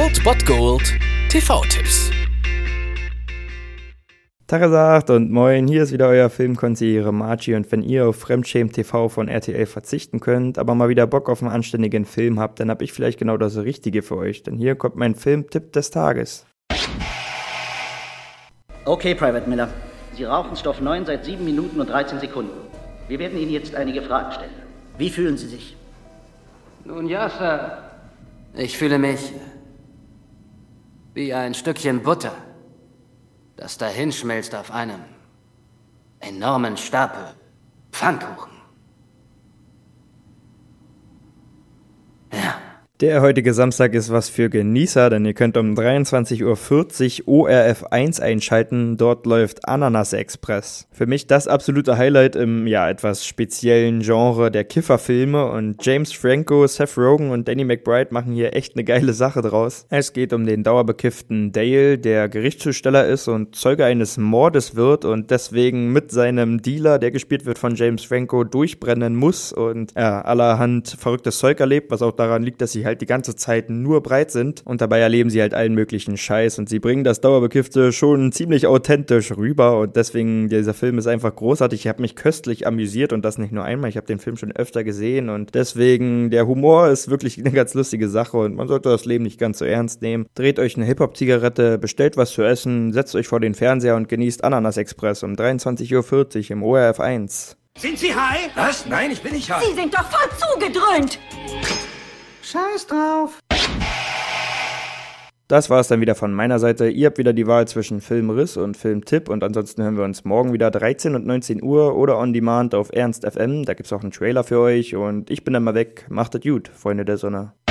Old Bot Gold TV-Tipps. Tagesacht und moin, hier ist wieder euer Filmkonsigliere Margie und wenn ihr auf Fremdschämen TV von RTL verzichten könnt, aber mal wieder Bock auf einen anständigen Film habt, dann hab ich vielleicht genau das Richtige für euch, denn hier kommt mein Filmtipp des Tages. Okay, Private Miller. Sie rauchen Stoff 9 seit 7 Minuten und 13 Sekunden. Wir werden Ihnen jetzt einige Fragen stellen. Wie fühlen Sie sich? Nun ja, Sir. Ich fühle mich wie ein Stückchen Butter, das dahinschmilzt auf einem enormen Stapel Pfannkuchen. Ja. Der heutige Samstag ist was für Genießer, denn ihr könnt um 23:40 Uhr ORF1 einschalten, dort läuft Ananas Express. Für mich das absolute Highlight im, etwas speziellen Genre der Kifferfilme und James Franco, Seth Rogen und Danny McBride machen hier echt eine geile Sache draus. Es geht um den dauerbekifften Dale, der Gerichtszusteller ist und Zeuge eines Mordes wird und deswegen mit seinem Dealer, der gespielt wird von James Franco, durchbrennen muss und allerhand verrücktes Zeug erlebt, was auch daran liegt, dass sie halt die ganze Zeit nur breit sind und dabei erleben sie halt allen möglichen Scheiß und sie bringen das Dauerbekiffte schon ziemlich authentisch rüber und deswegen, dieser Film ist einfach großartig. Ich habe mich köstlich amüsiert und das nicht nur einmal, ich habe den Film schon öfter gesehen und deswegen, der Humor ist wirklich eine ganz lustige Sache und man sollte das Leben nicht ganz so ernst nehmen. Dreht euch eine Hip-Hop-Zigarette, bestellt was zu essen, setzt euch vor den Fernseher und genießt Ananas Express um 23:40 Uhr im ORF1. Sind Sie high? Was? Nein, ich bin nicht high. Sie sind doch voll zugedröhnt! Scheiß drauf. Das war es dann wieder von meiner Seite. Ihr habt wieder die Wahl zwischen Filmriss und Filmtipp und ansonsten hören wir uns morgen wieder 13 und 19 Uhr oder on demand auf Ernst FM. Da gibt's auch einen Trailer für euch und ich bin dann mal weg. Macht es gut, Freunde der Sonne.